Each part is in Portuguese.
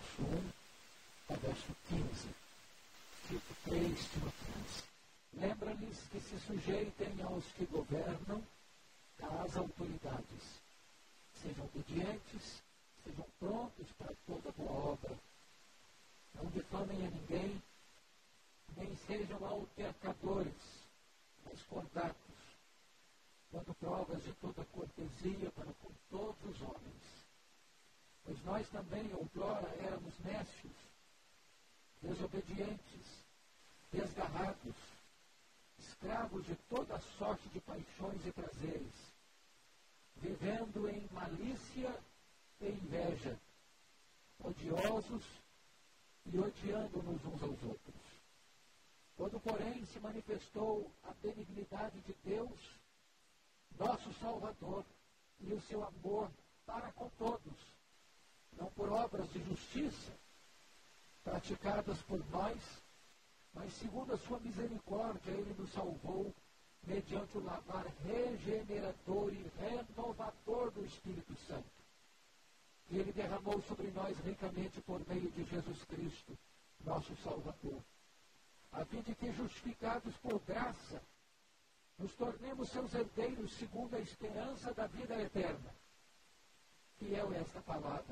verso 1 ao verso 15. Tito 3, Timoteus. Lembra-lhes que se sujeitem aos que governam, às autoridades. Sejam obedientes, sejam prontos para toda boa obra. Não difamem a ninguém, nem sejam altercadores, mas cordatos, dando provas de toda cortesia para com todos os homens. Pois nós também, outrora, éramos necios, desobedientes, desgarrados, escravos de toda sorte de paixões e prazeres, vivendo em malícia e inveja, odiosos e odiando-nos uns aos outros. Quando, porém, se manifestou a benignidade de Deus, nosso Salvador, e o seu amor para com todos, não por obras de justiça, praticadas por nós, mas segundo a sua misericórdia, Ele nos salvou, mediante o lavar regenerador e renovador do Espírito Santo. E Ele derramou sobre nós ricamente por meio de Jesus Cristo, nosso Salvador, a fim de que, justificados por graça, nos tornemos seus herdeiros segundo a esperança da vida eterna. Fiel é esta palavra.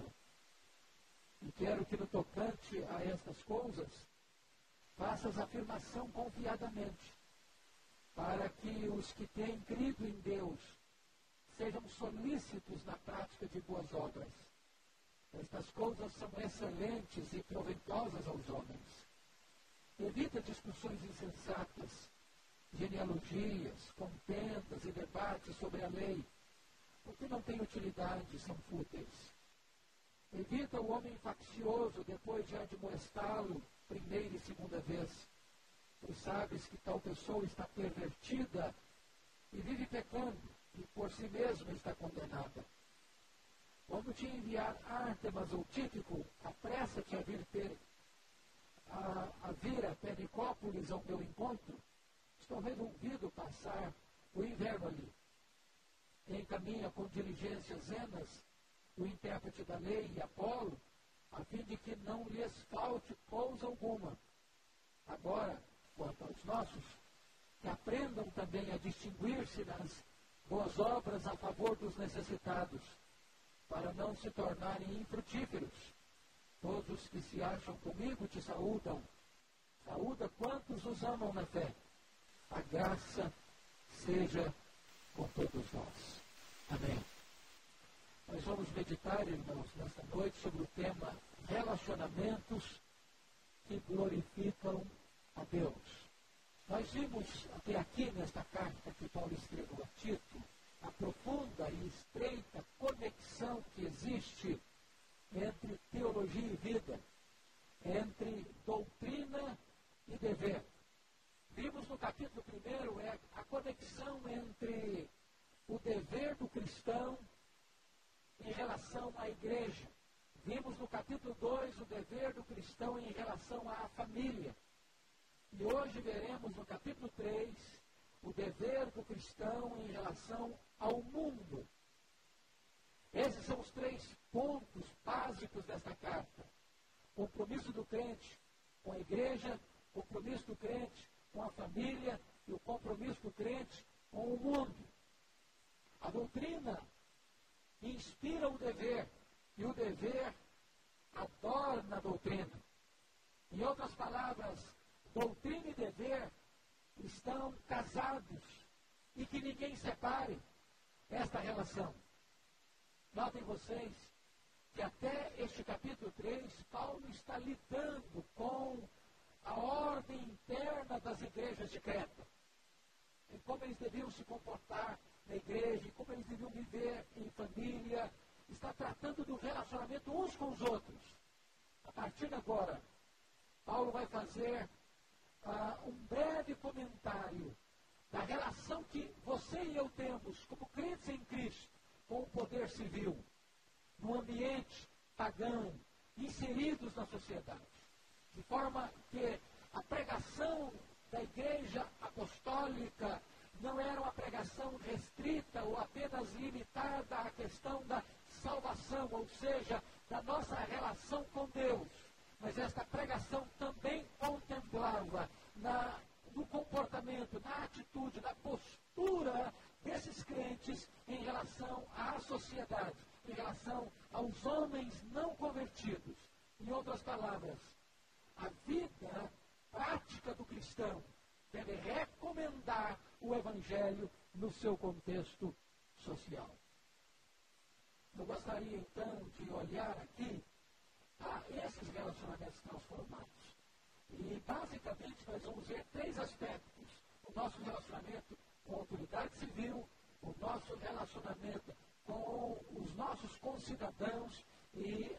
E quero que, no tocante a estas coisas, faças afirmação confiadamente, para que os que têm crido em Deus sejam solícitos na prática de boas obras. Estas coisas são excelentes e proveitosas aos homens. Evita discussões insensatas, genealogias, contendas e debates sobre a lei, porque não têm utilidade e são fúteis. Evita o homem faccioso depois de admoestá-lo primeira e segunda vez, pois sabes que tal pessoa está pervertida e vive pecando, e por si mesma está condenada. Quando te enviar Ártemas ou Tíquico, apressa-te a vir a Pericópolis ao meu encontro. Estou resolvido passar o inverno ali. Encaminha com diligência Zenas, o intérprete da lei, e Apolo, a fim de que não lhes falte coisa alguma. Agora, quanto aos nossos, que aprendam também a distinguir-se nas boas obras a favor dos necessitados, para não se tornarem infrutíferos. Todos os que se acham comigo te saúdam. Saúda quantos os amam na fé. A graça seja com todos nós. Amém. Nós vamos meditar, irmãos, nesta noite sobre o tema relacionamentos que glorificam a Deus. Nós vimos até aqui nesta carta que Paulo escreveu a Tito a profunda e estreita conexão que existe entre teologia e vida, entre doutrina e dever. Vimos no capítulo 1 a conexão entre o dever do cristão em relação à igreja. Vimos no capítulo 2 o dever do cristão em relação à família. E hoje veremos no capítulo 3 o dever do cristão em relação ao mundo. Esses são os 3 pontos básicos desta carta. Compromisso do crente com a igreja, compromisso do crente com a família e o compromisso do crente com o mundo. A doutrina inspira o dever e o dever adorna a doutrina. Em outras palavras, doutrina e dever estão casados e que ninguém separe esta relação. Notem vocês que até este capítulo 3, Paulo está lidando com a ordem interna das igrejas de Creta. E como eles deviam se comportar na igreja, e como eles deviam viver em família. Está tratando do relacionamento uns com os outros. A partir de agora, Paulo vai fazer um breve comentário da relação que você e eu temos como crentes em Cristo com o poder civil, no ambiente pagão, inseridos na sociedade. De forma que a pregação da igreja apostólica não era uma pregação restrita ou apenas limitada à questão da salvação, ou seja, da nossa relação com Deus. Mas esta pregação também contemplava no comportamento, na atitude, na postura desses crentes em relação à sociedade, em relação aos homens não convertidos. Em outras palavras, a vida prática do cristão deve recomendar o Evangelho no seu contexto social. Eu gostaria, então, de olhar aqui a esses relacionamentos transformados. E, basicamente, nós vamos ver 3 aspectos. O nosso relacionamento com a autoridade civil, o nosso relacionamento com os nossos concidadãos e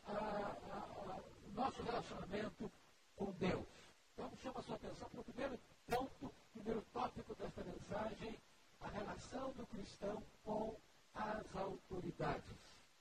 o nosso relacionamento com Deus. Então, chamo a sua atenção para o primeiro ponto, primeiro tópico desta mensagem, a relação do cristão com as autoridades.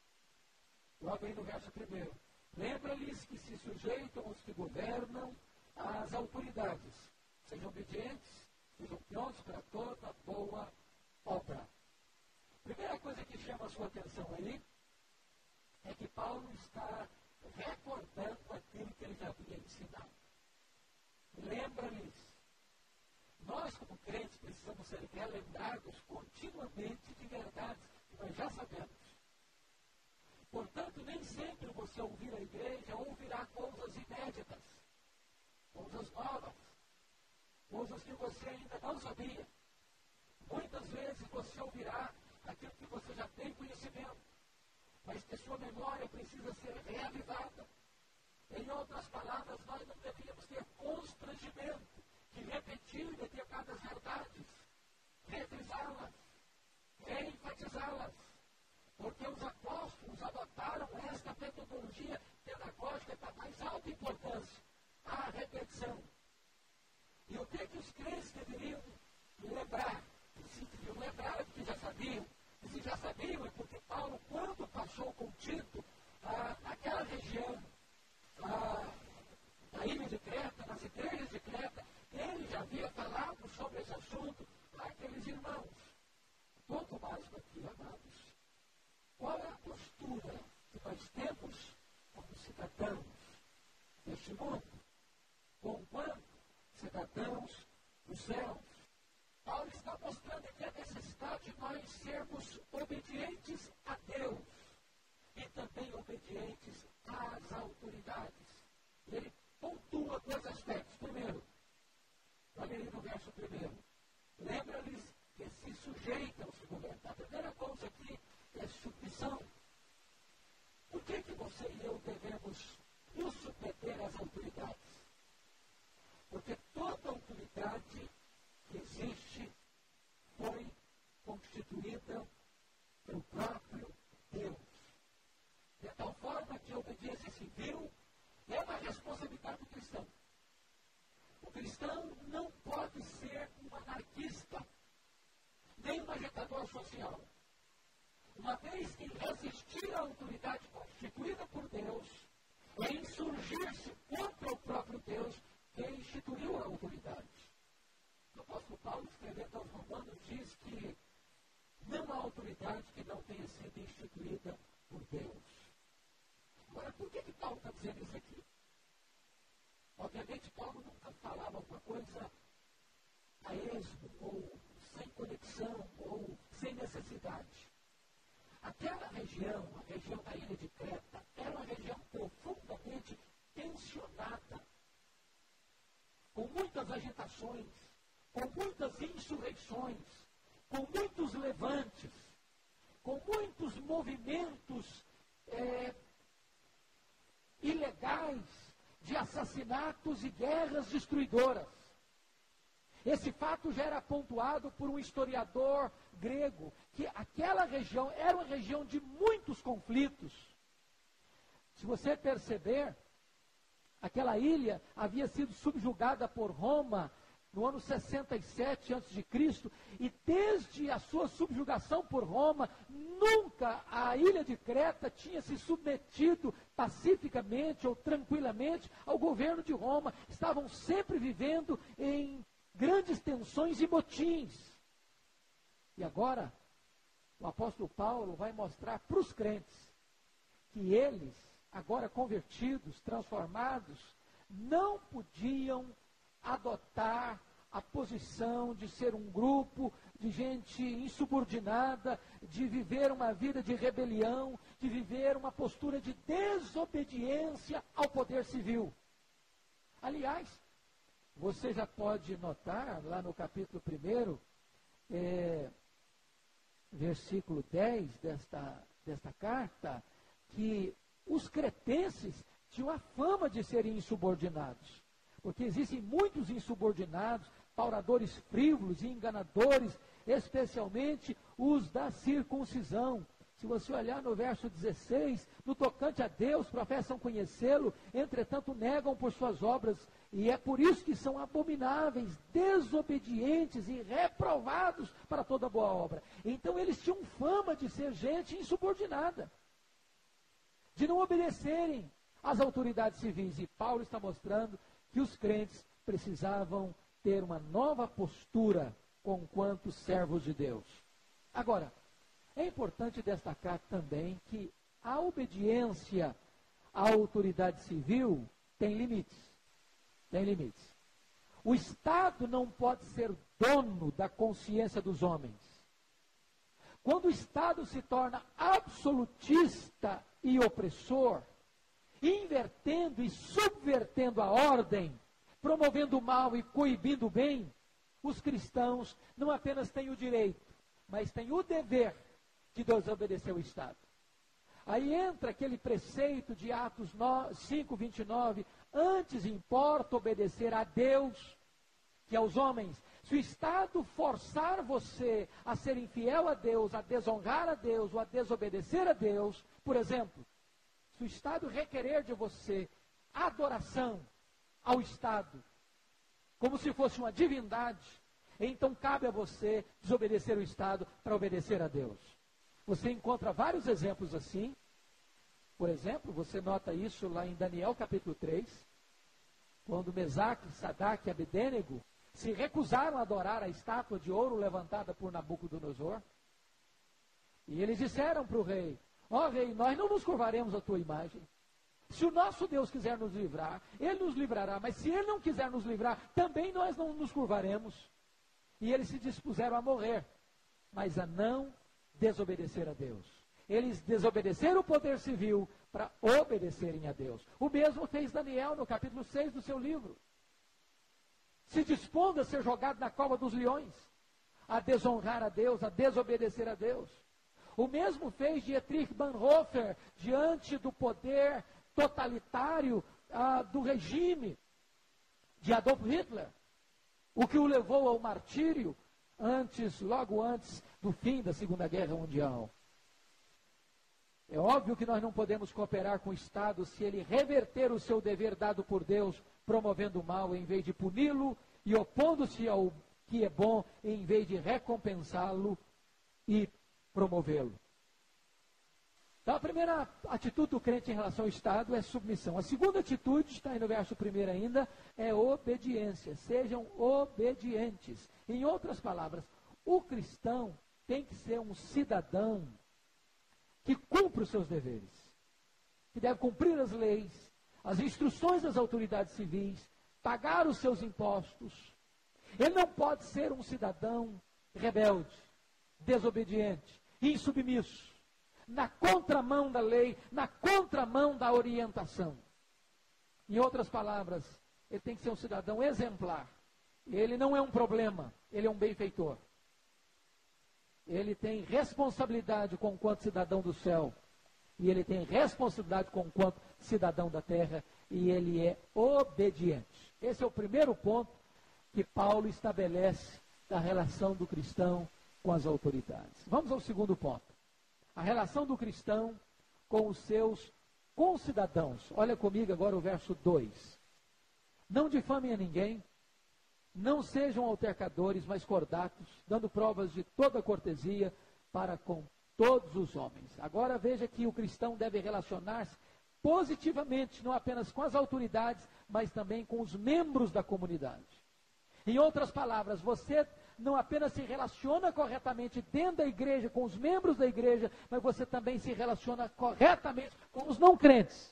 Logo aí no verso 1. Lembra-lhes que se sujeitam os que governam às autoridades. Sejam obedientes, sejam prontos para toda boa obra. Primeira coisa que chama a sua atenção aí é que Paulo está recordando aquilo que ele já havia ensinado. Lembra-lhes. Nós, como crentes, precisamos ser relembrados continuamente de verdades que nós já sabemos. Portanto, nem sempre você ouvir a igreja ouvirá coisas inéditas, coisas novas, coisas que você ainda não sabia. Muitas vezes você ouvirá aquilo que você já tem conhecimento, mas que sua memória precisa ser reavivada. Em outras palavras, nós não deveríamos ter constrangimento de repetir determinadas verdades, refrisá-las, reenfatizá-las, porque os apóstolos adotaram esta metodologia pedagógica da mais alta importância, a repetição. E o que os crentes deveriam lembrar? Se deveriam lembrar do que já sabiam. E se já sabiam, é porque Paulo, quando passou com Tito naquela região, na ilha de Creta, nas igrejas de Creta, ele já havia falado sobre esse assunto para aqueles irmãos. Ponto básico aqui, amados. Qual é a postura que nós temos como cidadãos deste mundo? Enquanto cidadãos dos céus. Paulo está mostrando aqui a necessidade de nós sermos obedientes a Deus e também obedientes às autoridades. Ele pontua 2 aspectos. Primeiro, olha aí no verso 1. Lembra-lhes que se sujeitam aos que governam. A primeira coisa aqui é submissão. Por que você e eu devemos nos submeter às autoridades? Porque toda autoridade que existe foi constituída pelo próprio Deus. De tal forma que a obediência civil é uma responsabilidade do cristão. O cristão não pode ser um anarquista, nem um agitador social. Uma vez que resistir à autoridade constituída por Deus é insurgir-se contra o próprio Deus que instituiu a autoridade. O apóstolo Paulo, escrevendo aos Romanos, diz que não há autoridade que não tenha sido instituída por Deus. Agora, por que Paulo está dizendo isso aqui? Obviamente, Paulo nunca falava alguma coisa a esmo, ou sem conexão, ou sem necessidade. Aquela região, a região da ilha de Creta, era uma região profundamente tensionada, com muitas agitações, com muitas insurreições, com muitos levantes, com muitos movimentos ilegais de assassinatos e guerras destruidoras. Esse fato já era pontuado por um historiador grego, que aquela região era uma região de muitos conflitos. Se você perceber, aquela ilha havia sido subjugada por Roma no ano 67 a.C., e desde a sua subjugação por Roma, nunca a ilha de Creta tinha se submetido pacificamente ou tranquilamente ao governo de Roma. Estavam sempre vivendo em grandes tensões e motins. E agora, o apóstolo Paulo vai mostrar para os crentes que eles agora convertidos, transformados, não podiam adotar a posição de ser um grupo de gente insubordinada, de viver uma vida de rebelião, de viver uma postura de desobediência ao poder civil. Aliás, você já pode notar lá no capítulo 1, versículo 10 desta carta, que os cretenses tinham a fama de serem insubordinados. Porque existem muitos insubordinados, pauradores frívolos e enganadores, especialmente os da circuncisão. Se você olhar no verso 16, no tocante a Deus, professam conhecê-lo, entretanto negam por suas obras, e é por isso que são abomináveis, desobedientes e reprovados para toda boa obra. Então eles tinham fama de ser gente insubordinada, de não obedecerem às autoridades civis. E Paulo está mostrando que os crentes precisavam ter uma nova postura conquanto servos de Deus. Agora, é importante destacar também que a obediência à autoridade civil tem limites. Tem limites. O Estado não pode ser dono da consciência dos homens. Quando o Estado se torna absolutista e opressor, invertendo e subvertendo a ordem, promovendo o mal e coibindo o bem, os cristãos não apenas têm o direito, mas têm o dever de desobedecer o Estado. Aí entra aquele preceito de Atos 5:29, antes importa obedecer a Deus que aos homens. Se o Estado forçar você a ser infiel a Deus, a desonrar a Deus ou a desobedecer a Deus, por exemplo, se o Estado requerer de você adoração ao Estado, como se fosse uma divindade, então cabe a você desobedecer o Estado para obedecer a Deus. Você encontra vários exemplos assim. Por exemplo, você nota isso lá em Daniel capítulo 3, quando Mesaque, Sadraque e Abedênego se recusaram a adorar a estátua de ouro levantada por Nabucodonosor. E eles disseram para o rei: ó rei, nós não nos curvaremos à tua imagem. Se o nosso Deus quiser nos livrar, Ele nos livrará. Mas se Ele não quiser nos livrar, também nós não nos curvaremos. E eles se dispuseram a morrer, mas a não desobedecer a Deus. Eles desobedeceram o poder civil para obedecerem a Deus. O mesmo fez Daniel no capítulo 6 do seu livro. Se dispondo a ser jogado na cova dos leões, a desonrar a Deus, a desobedecer a Deus. O mesmo fez Dietrich Bonhoeffer diante do poder totalitário do regime de Adolf Hitler, o que o levou ao martírio logo antes do fim da Segunda Guerra Mundial. É óbvio que nós não podemos cooperar com o Estado se ele reverter o seu dever dado por Deus, promovendo o mal em vez de puni-lo e opondo-se ao que é bom em vez de recompensá-lo e promovê-lo. Então, a primeira atitude do crente em relação ao Estado é submissão. A segunda atitude, está aí no verso 1 ainda, é obediência. Sejam obedientes. Em outras palavras, o cristão tem que ser um cidadão que cumpre os seus deveres, que deve cumprir as leis, as instruções das autoridades civis, pagar os seus impostos. Ele não pode ser um cidadão rebelde, desobediente, insubmisso, na contramão da lei, na contramão da orientação. Em outras palavras, ele tem que ser um cidadão exemplar. Ele não é um problema, ele é um benfeitor. Ele tem responsabilidade conquanto cidadão do céu, e ele tem responsabilidade conquanto cidadão da terra, e ele é obediente. Esse é o primeiro ponto que Paulo estabelece da relação do cristão com as autoridades. Vamos ao segundo ponto. A relação do cristão com os seus concidadãos. Olha comigo agora o verso 2. Não difamem a ninguém, não sejam altercadores, mas cordatos, dando provas de toda cortesia para com todos os homens. Agora veja que o cristão deve relacionar-se positivamente, não apenas com as autoridades, mas também com os membros da comunidade. Em outras palavras, você não apenas se relaciona corretamente dentro da igreja, com os membros da igreja, mas você também se relaciona corretamente com os não crentes.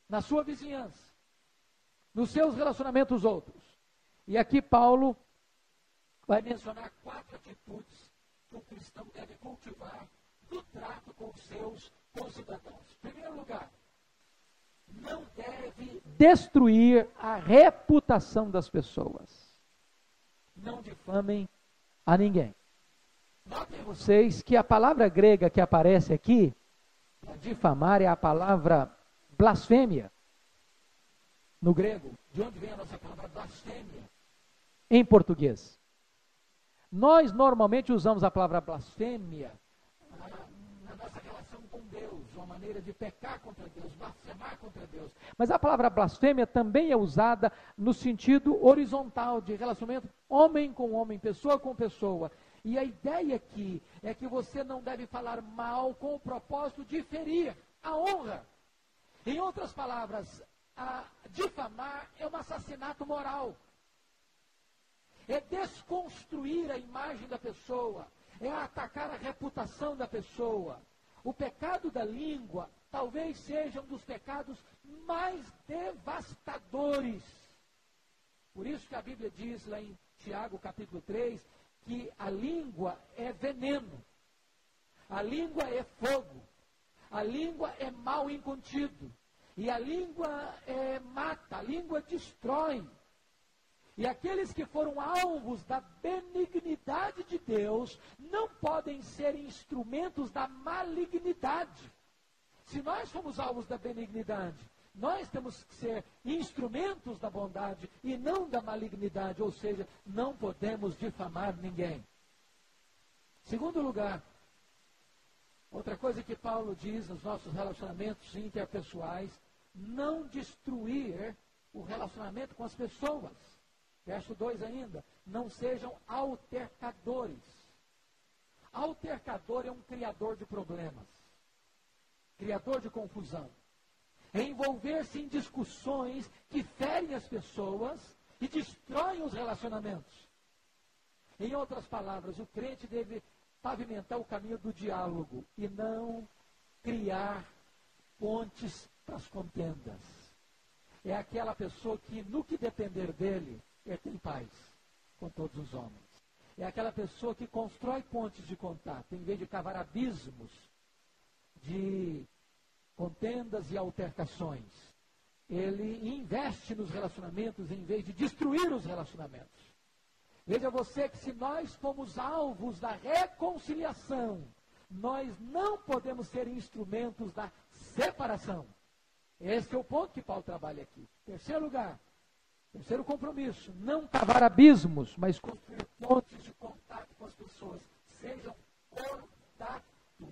na sua vizinhança, nos seus relacionamentos outros. E aqui Paulo vai mencionar 4 atitudes que o cristão deve cultivar no trato com os seus concidadãos. Em primeiro lugar, não deve destruir a reputação das pessoas. Não difamem a ninguém. Notem vocês que a palavra grega que aparece aqui, para difamar, é a palavra blasfêmia. No grego, de onde vem a nossa palavra blasfêmia? Em português. Nós normalmente usamos a palavra blasfêmia na nossa relação com Deus, uma maneira de pecar contra Deus, blasfemar contra Deus. Mas a palavra blasfêmia também é usada no sentido horizontal, de relacionamento homem com homem, pessoa com pessoa. E a ideia aqui é que você não deve falar mal com o propósito de ferir a honra. Em outras palavras, difamar é um assassinato moral. É desconstruir a imagem da pessoa, é atacar a reputação da pessoa. O pecado da língua talvez seja um dos pecados mais devastadores. Por isso que a Bíblia diz lá em Tiago capítulo 3, que a língua é veneno, a língua é fogo, a língua é mal incontido, e a língua mata, a língua destrói. E aqueles que foram alvos da benignidade de Deus não podem ser instrumentos da malignidade. Se nós somos alvos da benignidade, nós temos que ser instrumentos da bondade e não da malignidade, ou seja, não podemos difamar ninguém. Segundo lugar, outra coisa que Paulo diz nos nossos relacionamentos interpessoais, não destruir o relacionamento com as pessoas. Verso 2 ainda, não sejam altercadores. Altercador é um criador de problemas, criador de confusão. É envolver-se em discussões que ferem as pessoas e destroem os relacionamentos. Em outras palavras, o crente deve pavimentar o caminho do diálogo e não criar pontes para as contendas. É aquela pessoa que, no que depender dele, ele tem paz com todos os homens. É aquela pessoa que constrói pontes de contato, em vez de cavar abismos de contendas e altercações. Ele investe nos relacionamentos em vez de destruir os relacionamentos. Veja você que se nós formos alvos da reconciliação, nós não podemos ser instrumentos da separação. Esse é o ponto que Paulo trabalha aqui. Terceiro lugar, terceiro compromisso, não cavar abismos, mas construir pontes de contato com as pessoas. Sejam contatos.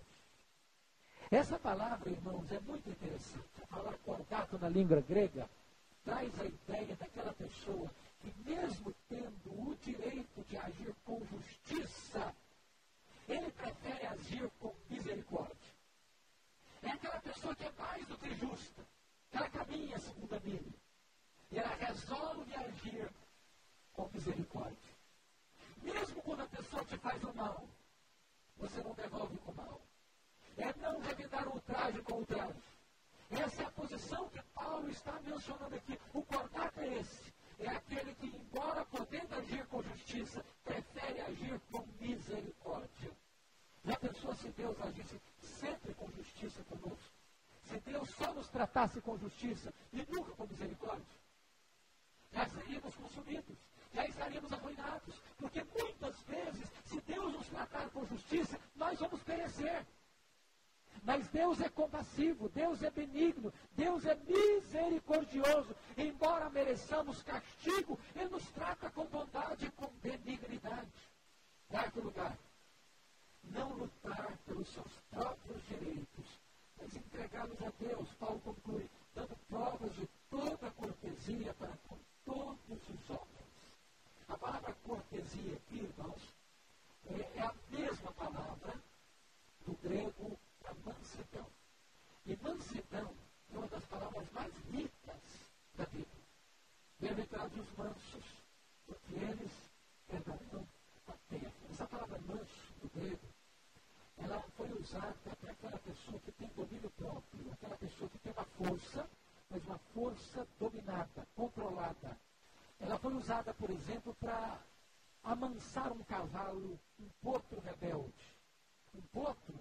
Essa palavra, irmãos, é muito interessante. A palavra contato na língua grega traz a ideia daquela pessoa que, mesmo tendo o direito de agir com justiça, ele prefere agir com misericórdia. É aquela pessoa que é mais do que justa, que ela caminha segundo a Bíblia. E ela resolve agir com misericórdia. Mesmo quando a pessoa te faz o mal, você não devolve com o mal. É não revidar o ultraje com o ultraje. Essa é a posição que Paulo está mencionando aqui. O contato é esse. É aquele que, embora podendo agir com justiça, prefere agir com misericórdia. Já pensou se Deus agisse sempre com justiça conosco? Se Deus só nos tratasse com justiça e nunca com misericórdia? Já seríamos consumidos, já estaríamos arruinados, porque muitas vezes, se Deus nos tratar com justiça, nós vamos perecer. Mas Deus é compassivo, Deus é benigno, Deus é misericordioso. Embora mereçamos castigo, Ele nos trata com bondade e com benignidade. Quarto lugar, não lutar pelos seus próprios direitos, mas entregá-los a Deus. Paulo conclui, dando provas de toda cortesia para com todos os homens. A palavra cortesia aqui, irmãos, é a mesma palavra do grego para mansidão. E mansidão é uma das palavras mais ricas da Bíblia. Ele traduz mansos, porque eles herdarão a terra. Essa palavra manso, do grego, ela foi usada para aquela pessoa que tem domínio próprio, aquela pessoa que tem uma força, mas uma força dominada, controlada. Ela foi usada, por exemplo, para amansar um cavalo, um potro rebelde. Um potro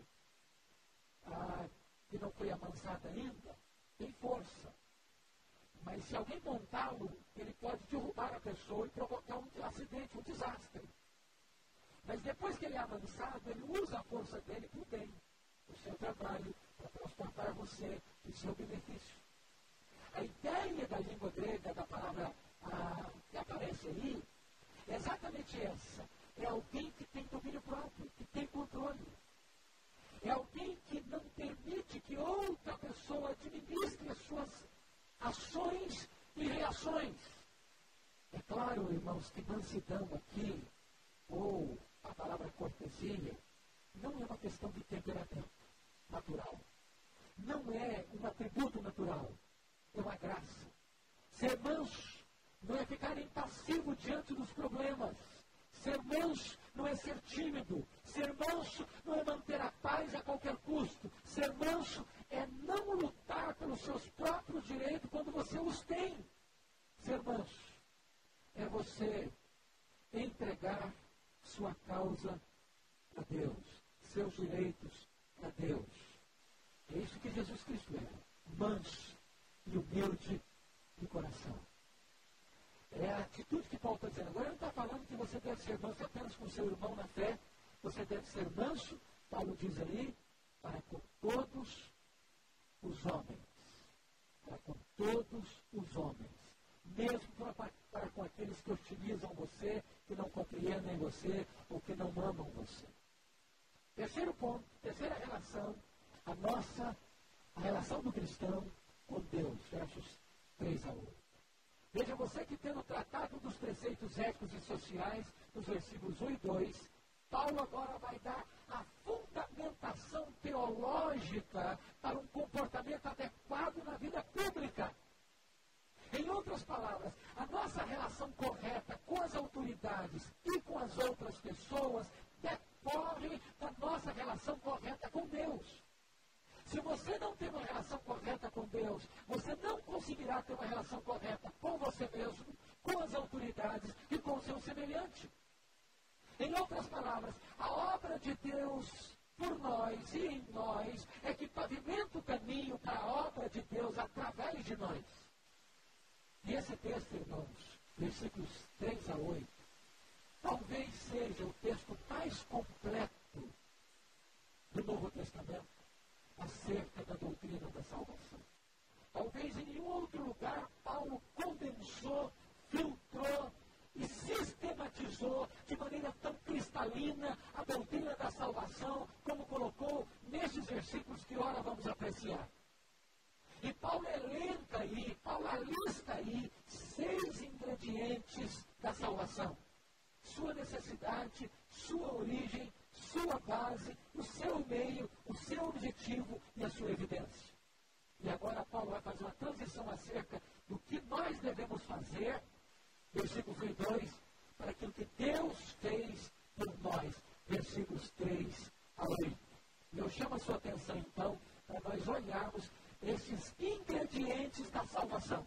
que não foi amansado ainda, tem força. Mas se alguém montá-lo, ele pode derrubar a pessoa e provocar um acidente, um desastre. Mas depois que ele é amansado, ele usa a força dele para o bem, para o seu trabalho, para transportar você para o seu benefício. A ideia da língua grega, da palavra que aparece aí, é exatamente essa. É alguém que tem domínio próprio, que tem controle. É alguém que não permite que outra pessoa administre as suas ações e reações. É claro, irmãos, que mansidão aqui, ou a palavra cortesia, não é uma questão de temperamento natural. Não é um atributo natural. É uma graça. Ser manso não é ficar impassivo diante dos problemas. Ser manso não é ser tímido. Ser manso não é manter a paz a qualquer custo. Ser manso é não lutar pelos seus próprios direitos quando você os tem. Ser manso é você entregar sua causa a Deus, seus direitos a Deus. É isso que Jesus Cristo é, manso e humilde de coração. É a atitude que Paulo está dizendo. Agora ele não está falando que você deve ser manso apenas com seu irmão na fé. Você deve ser manso, Paulo diz aí, para com todos os homens. Para com todos os homens. Mesmo para com aqueles que hostilizam você, que não compreendem você ou que não amam você. Terceiro ponto, terceira relação, a relação do cristão com Deus, versos 3 a 8. Veja você que tendo tratado dos preceitos éticos e sociais, nos versículos 1 e 2, Paulo agora vai dar a fundamentação teológica para um comportamento adequado na vida pública. Em outras palavras, a nossa relação correta com as autoridades e com as outras pessoas decorre da nossa relação correta com Deus. Se você não tem uma relação correta com Deus, você não conseguirá ter uma relação correta com você mesmo, com as autoridades e com o seu semelhante. Em outras palavras, a obra de Deus por nós e em nós é que pavimenta o caminho para a obra de Deus através de nós. E esse texto, irmãos, versículos 3 a 8, talvez seja o texto mais completo do Novo Testamento acerca da doutrina da salvação. Talvez em nenhum outro lugar Paulo condensou, filtrou e sistematizou de maneira tão cristalina a doutrina da salvação como colocou nesses versículos que ora vamos apreciar. E Paulo elenca aí, Paulo alista aí 6 ingredientes da salvação. Sua necessidade, sua origem, sua base, o seu meio, o seu objetivo e a sua evidência. E agora Paulo vai fazer uma transição acerca do que nós devemos fazer, versículos 1 e 2, para aquilo que Deus fez por nós, versículos 3 a 8. E eu chamo a sua atenção, então, para nós olharmos esses ingredientes da salvação.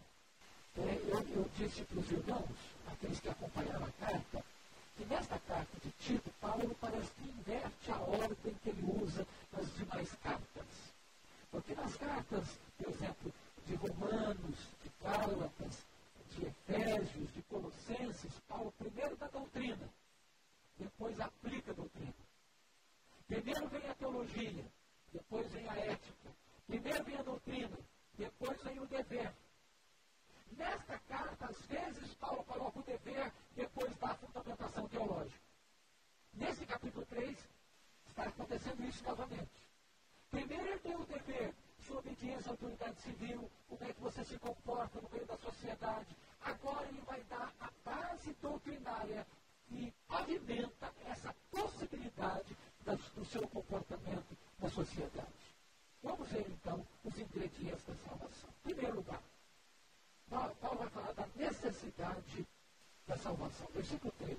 Eu disse para os irmãos, aqueles que acompanharam a carta, que nesta carta de Tito, Paulo parece que inverte a ordem que ele usa nas demais cartas. Porque nas cartas, por exemplo, de Romanos, de Gálatas, de Efésios, de Colossenses, Paulo primeiro dá doutrina, depois aplica a doutrina. Primeiro vem a teologia, depois vem a ética. Primeiro vem a doutrina, depois vem o dever. Nesta carta, às vezes, Paulo coloca o dever depois da fundamentação teológica. Nesse capítulo 3, está acontecendo isso novamente. Primeiro ele tem o dever, sua obediência à autoridade civil, como é que você se comporta no meio da sociedade. Agora ele vai dar a base doutrinária que pavimenta essa possibilidade do seu comportamento na sociedade. Vamos ver, então, os ingredientes da salvação. Em primeiro lugar, Paulo vai falar da necessidade da salvação. Versículo 3.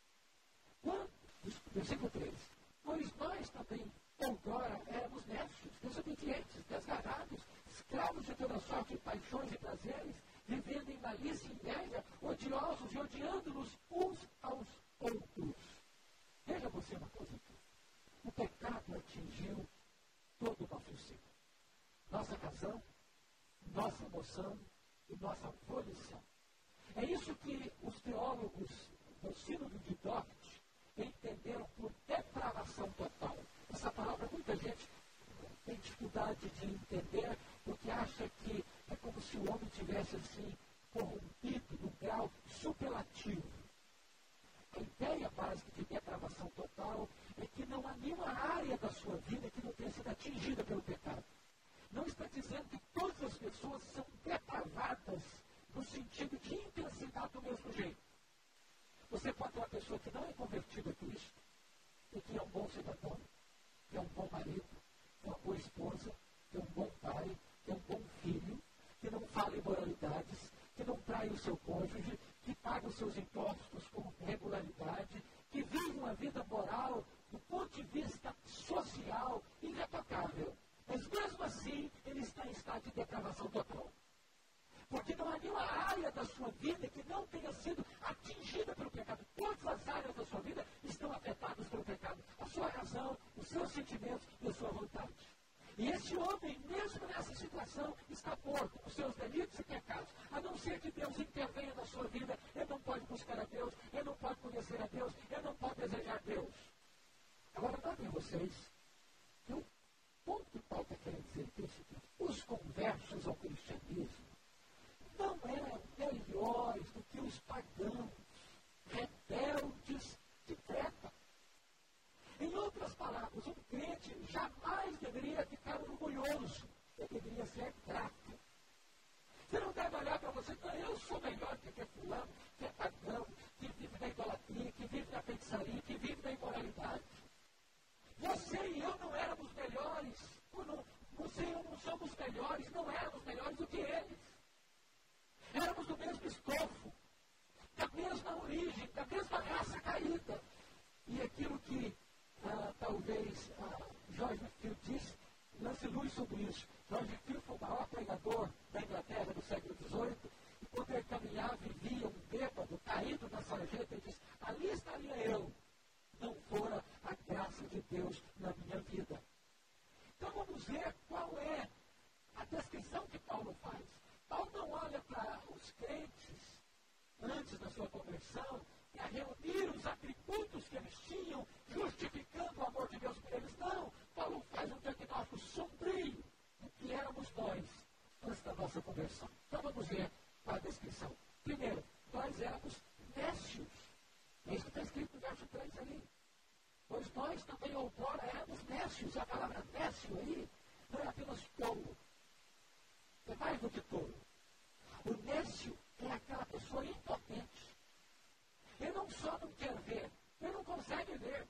Versículo 3. Pois nós também, outrora, éramos necios, desobedientes, desgarrados, escravos de toda sorte de paixões e prazeres, vivendo em malícia e inveja, odiosos e odiando-nos uns aos outros. Veja você uma coisa aqui. O pecado atingiu todo o nosso ser. Nossa razão, nossa emoção e nossa volição. É isso que os teólogos do Sínodo de Dort entenderam por depravação total. Essa palavra muita gente tem dificuldade de entender, porque acha que é como se o homem tivesse assim corrompido no grau superlativo. A ideia básica de depravação total é que não há nenhuma área da sua vida que não tenha sido atingida pelo pecado. Não está dizendo que todas as pessoas são depravadas no sentido de intensidade do mesmo jeito. Você pode ter uma pessoa que não é convertida a Cristo, e que é um bom cidadão, que é um bom marido, que é uma boa esposa, que é um bom pai, que é um bom filho, que não fala imoralidades, que não trai o seu cônjuge, que paga os seus impostos com regularidade, que vive uma vida moral, do ponto de vista social, irretocável. Mas mesmo assim, ele está em estado de depravação total. Porque não há nenhuma área da sua vida que não tenha sido atingida pelo pecado. Todas as áreas da sua vida estão afetadas pelo pecado. A sua razão, os seus sentimentos e a sua vontade. E esse homem, mesmo nessa situação, está morto com seus delitos e pecados. A não ser que Deus intervenha na sua vida, ele não pode buscar a Deus, ele não pode conhecer a Deus, ele não pode desejar Deus. Agora, notem vocês que o ponto que Paulo está querendo dizer aqui é o seguinte: os conversos ao cristianismo não eram melhores do que os pagãos, rebeldes de Creta. Em outras palavras, um crente jamais deveria ficar orgulhoso, ele deveria ser grato. Você não deve olhar para você e dizer: eu sou melhor do que fulano, que é pagão, que vive na idolatria, que vive na feitiçaria, que vive na imoralidade. Você e eu não éramos melhores, você e eu não somos melhores, não éramos melhores do que eles. Éramos do mesmo estofo, da mesma origem, da mesma raça caída. E aquilo que talvez George Field disse, lance luz sobre isso. George Field foi o maior pregador da Inglaterra do século XVIII, e quando ele caminhava e via um bêbado caído na sarjeta, ele disse: ali estaria eu, não fora a graça de Deus na minha vida. Então vamos ver qual é a descrição que Paulo faz. Paulo não olha para os crentes antes da sua conversão para reunir os atributos que eles tinham, justificando o amor de Deus por eles. Não. Paulo faz um diagnóstico sombrio do que éramos nós antes da nossa conversão. Então vamos ver a descrição. Primeiro, nós éramos nécios. É isso que está escrito no verso 3 ali. Pois nós também outrora éramos nécios. A palavra nécio aí não é apenas tolo. É mais do que tolo. O nécio é aquela pessoa impotente. Ele não só não quer ver, ele não consegue ver.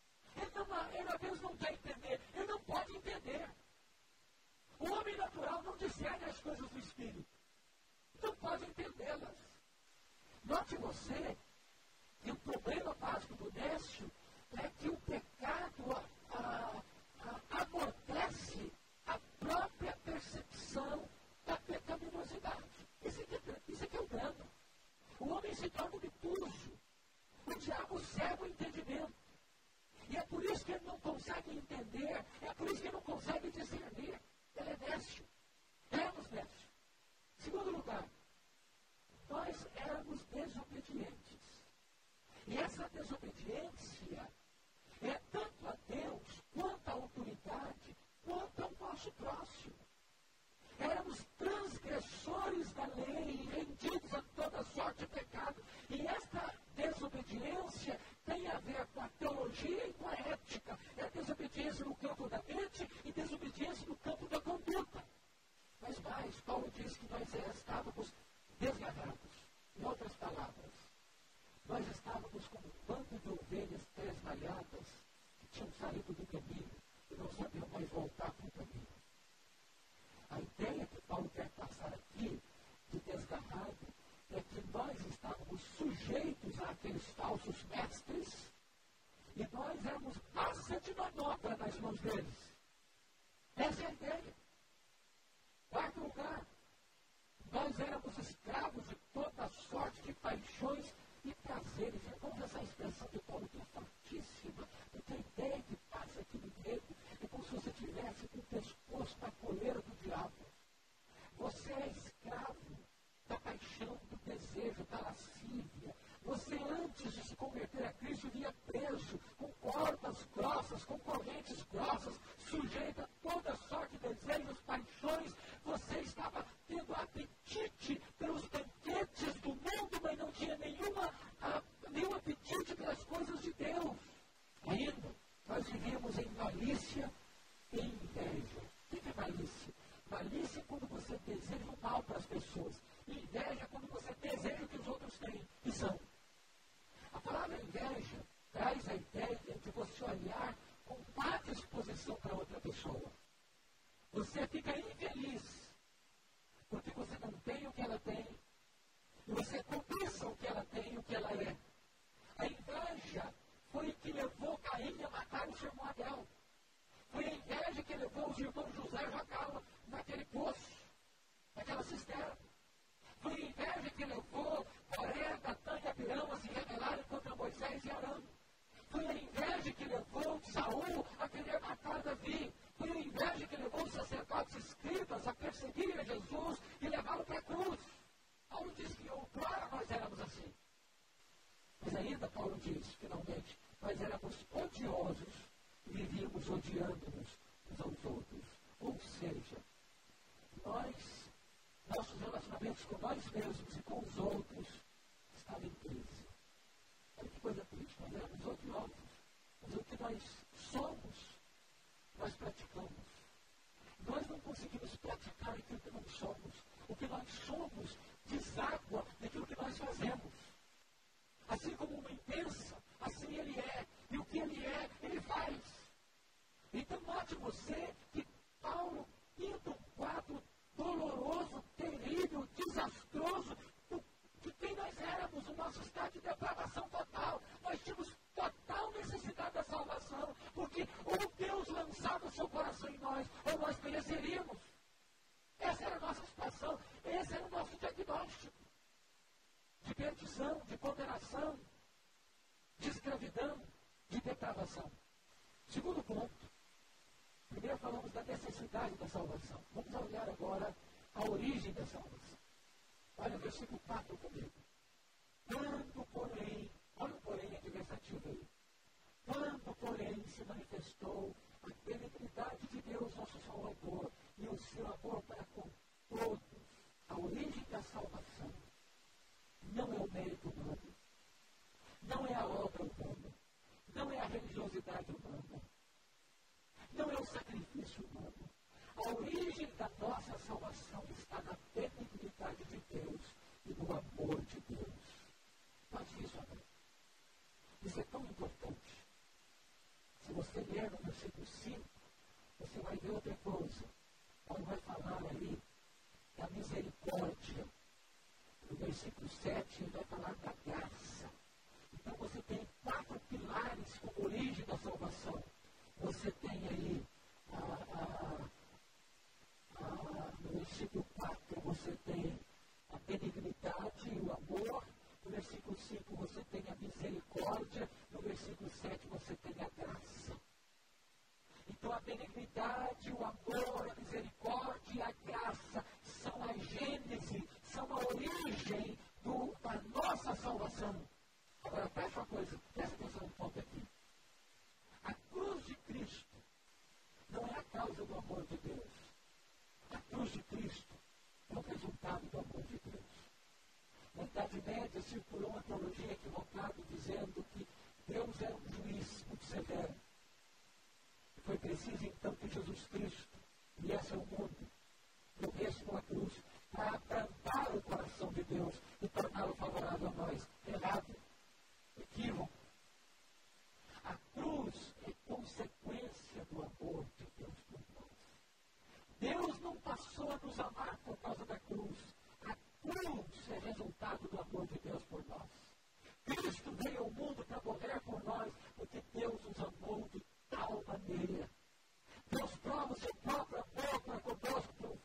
Ele apenas não quer entender, ele não pode entender. O homem natural não discerne as coisas do Espírito. Não pode entendê-las. Note você que o problema básico do nécio é que o pecado amortece a própria percepção da pecaminosidade. Isso aqui é o drama. O homem se torna obtuso. O diabo cega o entendimento. E é por isso que ele não consegue entender, é por isso que ele não consegue discernir. Ele é nécio. Éramos nécios. Segundo lugar, nós éramos desobedientes. E essa desobediência é tanto a Deus, quanto à autoridade, quanto ao nosso próximo. Éramos transgressores da lei, rendidos a toda sorte de pecado. E esta desobediência tem a ver com a teologia e com a ética. É desobediência no campo da mente e desobediência no campo da conduta. Mas mais, Paulo diz que nós estávamos desgarrados. Em outras palavras, nós estávamos como um bando de ovelhas tresmalhadas que tinham saído do caminho e não sabiam mais voltar para o caminho. A ideia que Paulo quer passar aqui, de desgarrado, é que nós estávamos sujeitos àqueles falsos mestres e nós éramos massa de manobra nas mãos deles. Essa é a ideia. Quarta quarto lugar, nós éramos escravos de toda sorte de paixões e prazeres. Irmãos, essa expressão de Paulo é fortíssima, porque a ideia que passa aqui no grego é como se você tivesse com o pescoço na coleira do diabo. Você é escravo da paixão, do desejo, da lascívia. Você, antes de se converter a Cristo, vinha preso, com cordas grossas, com correntes grossas, sujeito a toda sorte de desejos, paixões. Você estava tendo apetite pelos banquetes do mundo, mas não tinha nenhum apetite pelas coisas de Deus. Ainda, nós vivíamos em malícia e inveja. O que é malícia? Malícia é quando você deseja o mal para as pessoas. Inveja é quando você deseja o que os outros têm e são. A palavra inveja traz a ideia de você olhar com má disposição para outra pessoa. Você fica infeliz porque você não tem o que ela tem e você cobiça o que ela tem e o que ela é. A inveja foi que levou Caim a matar o seu irmão Abel. Foi a inveja que levou os irmãos José e Jacó naquele poço, naquela cisterna. Foi a inveja que levou Coré, Datã e Abirão a se rebelarem contra Moisés e Arão. Foi a inveja que levou Saul a querer matar Davi. Foi a inveja que levou os sacerdotes escribas a perseguirem a Jesus e levá-lo para a cruz. Paulo diz que outrora nós éramos assim. Mas ainda Paulo diz, finalmente, nós éramos odiosos e vivíamos odiando-nos uns aos outros. Ou seja, nossos relacionamentos com nós mesmos e com os outros estavam em crise. Olha que coisa triste, nós éramos odiosos. Mas o que nós somos, nós praticamos. Nós não conseguimos praticar aquilo que não somos. O que nós somos deságua daquilo que nós fazemos. Assim como uma pensa, assim ele é. E o que ele é, ele faz. Então note você que Paulo pinta um quadro doloroso, terrível, desastroso, de quem nós éramos, o nosso estado de depravação total. Nós tínhamos total necessidade da salvação, porque ou Deus lançava o seu coração em nós, ou nós pereceríamos. Essa era a nossa situação, esse era o nosso diagnóstico. De perdição, de condenação, de escravidão, de depravação. Segundo ponto, primeiro falamos da necessidade da salvação. Vamos olhar agora a origem da salvação. Olha o versículo 4 comigo. Quando, porém, olha o porém adversativo aí. Quando, porém, se manifestou a benignidade de Deus, nosso Salvador, e o seu amor para com todos, a origem da salvação não é o mérito humano, não é a obra humana, não é a religiosidade humana, não é o sacrifício humano. A origem da nossa salvação está na benignidade de Deus e no amor de Deus. Note isso, amém. Isso é tão importante. Se você ler no versículo 5, você vai ver outra coisa. Paulo vai falar aí da misericórdia. No versículo 7, ele vai falar da graça. Então você tem 4 pilares como origem da salvação. Você tem aí, no versículo 4, você tem a benignidade e o amor. No versículo 5, você tem a misericórdia. No versículo 7, você tem a graça. Então, a benignidade, o amor, a misericórdia e a graça são a gênese, são a origem da nossa salvação. Agora, presta uma coisa, presta atenção no ponto aqui. A cruz de Cristo não é a causa do amor de Deus. A cruz de Cristo é o resultado do amor de Deus. Na Idade Média circulou uma teologia equivocada dizendo que Deus é um juiz muito severo. Foi preciso então que Jesus Cristo viesse ao mundo, morresse numa cruz, para abrandar o coração de Deus e torná-lo favorável a nós. Errado. Equívoco. A cruz é consequência do amor de Deus por nós. Deus não passou a nos amar por causa da cruz. A cruz é resultado do amor de Deus por nós. Cristo veio ao mundo para morrer por nós, porque Deus nos amou de tal maneira. Deus prova o seu próprio amor para conosco por um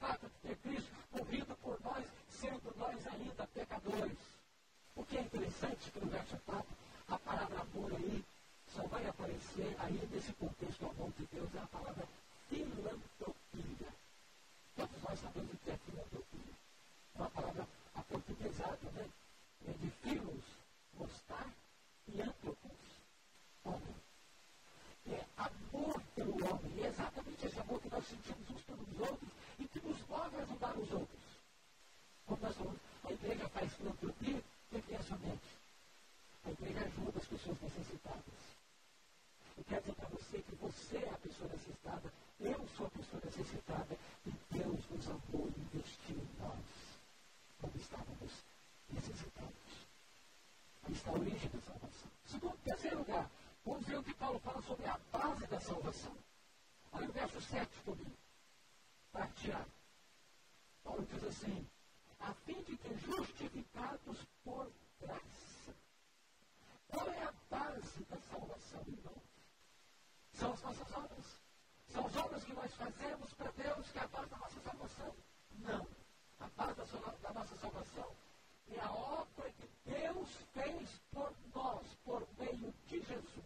fato de ter Cristo morrido por nós, sendo nós ainda pecadores. O que é interessante que no verso 4, a palavra amor aí só vai aparecer aí nesse contexto, o amor de Deus, é a palavra filantropia. Todos nós sabemos o que é filantropia. É uma palavra aportuguesada, né? É de filos, gostar, e antropos, homem. É amor pelo homem. E é exatamente esse amor que nós sentimos uns pelos outros e que nos move a ajudar os outros. Como nós falamos, a igreja faz filantropia, tem que ter essa mente. A igreja ajuda as pessoas necessitadas. Eu quero dizer para você que você é a pessoa necessitada, eu sou a pessoa necessitada, e Deus nos amou e investiu em nós, quando estávamos necessitados. Aí está a origem da salvação. Segundo, terceiro lugar, vamos ver o que Paulo fala sobre a base da salvação. Olha o verso 7 comigo. Parte A. Paulo diz assim, a fim de que justificados por graça. Qual é a base da salvação, irmãos? São as nossas obras. São as obras que nós fazemos para Deus, que é a base da nossa salvação. Não. A base da nossa salvação é a obra que Deus fez por nós, por meio de Jesus.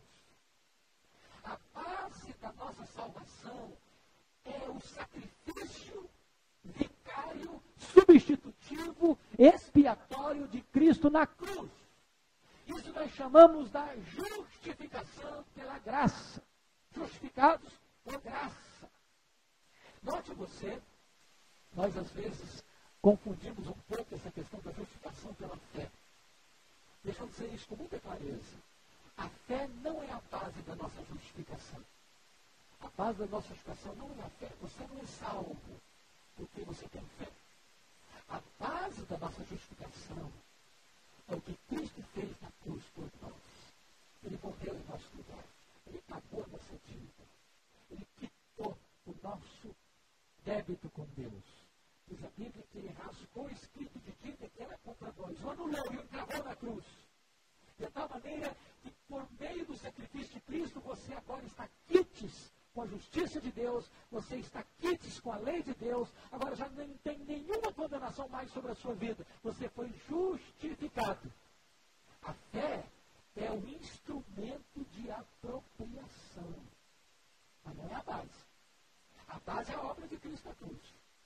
A base da nossa salvação é o sacrifício vicário, substitutivo, expiatório de Cristo na cruz. Isso nós chamamos da justificação pela graça. Justificados por graça. Note você, nós às vezes confundimos um pouco essa questão da justificação pela fé. Deixa eu dizer isso com muita clareza. A fé não é a base da nossa justificação. A base da nossa justificação não é a fé. Você não é salvo porque você tem fé. A base da nossa justificação é o que Cristo fez na cruz por nós. Ele morreu em nosso lugar. Ele pagou a nossa dívida. Ele quitou o nosso débito com Deus. Diz a Bíblia que ele rasgou o escrito de dívida que era contra nós. O anulou e o encravou na cruz. De tal maneira que por meio do sacrifício de Cristo, você agora está quites com a justiça de Deus, você está quites com a lei de Deus, agora já não tem nenhuma condenação mais sobre a sua vida. Você foi justificado. A fé é o instrumento de apropriação. Mas não é a base. A base é a obra de Cristo na cruz.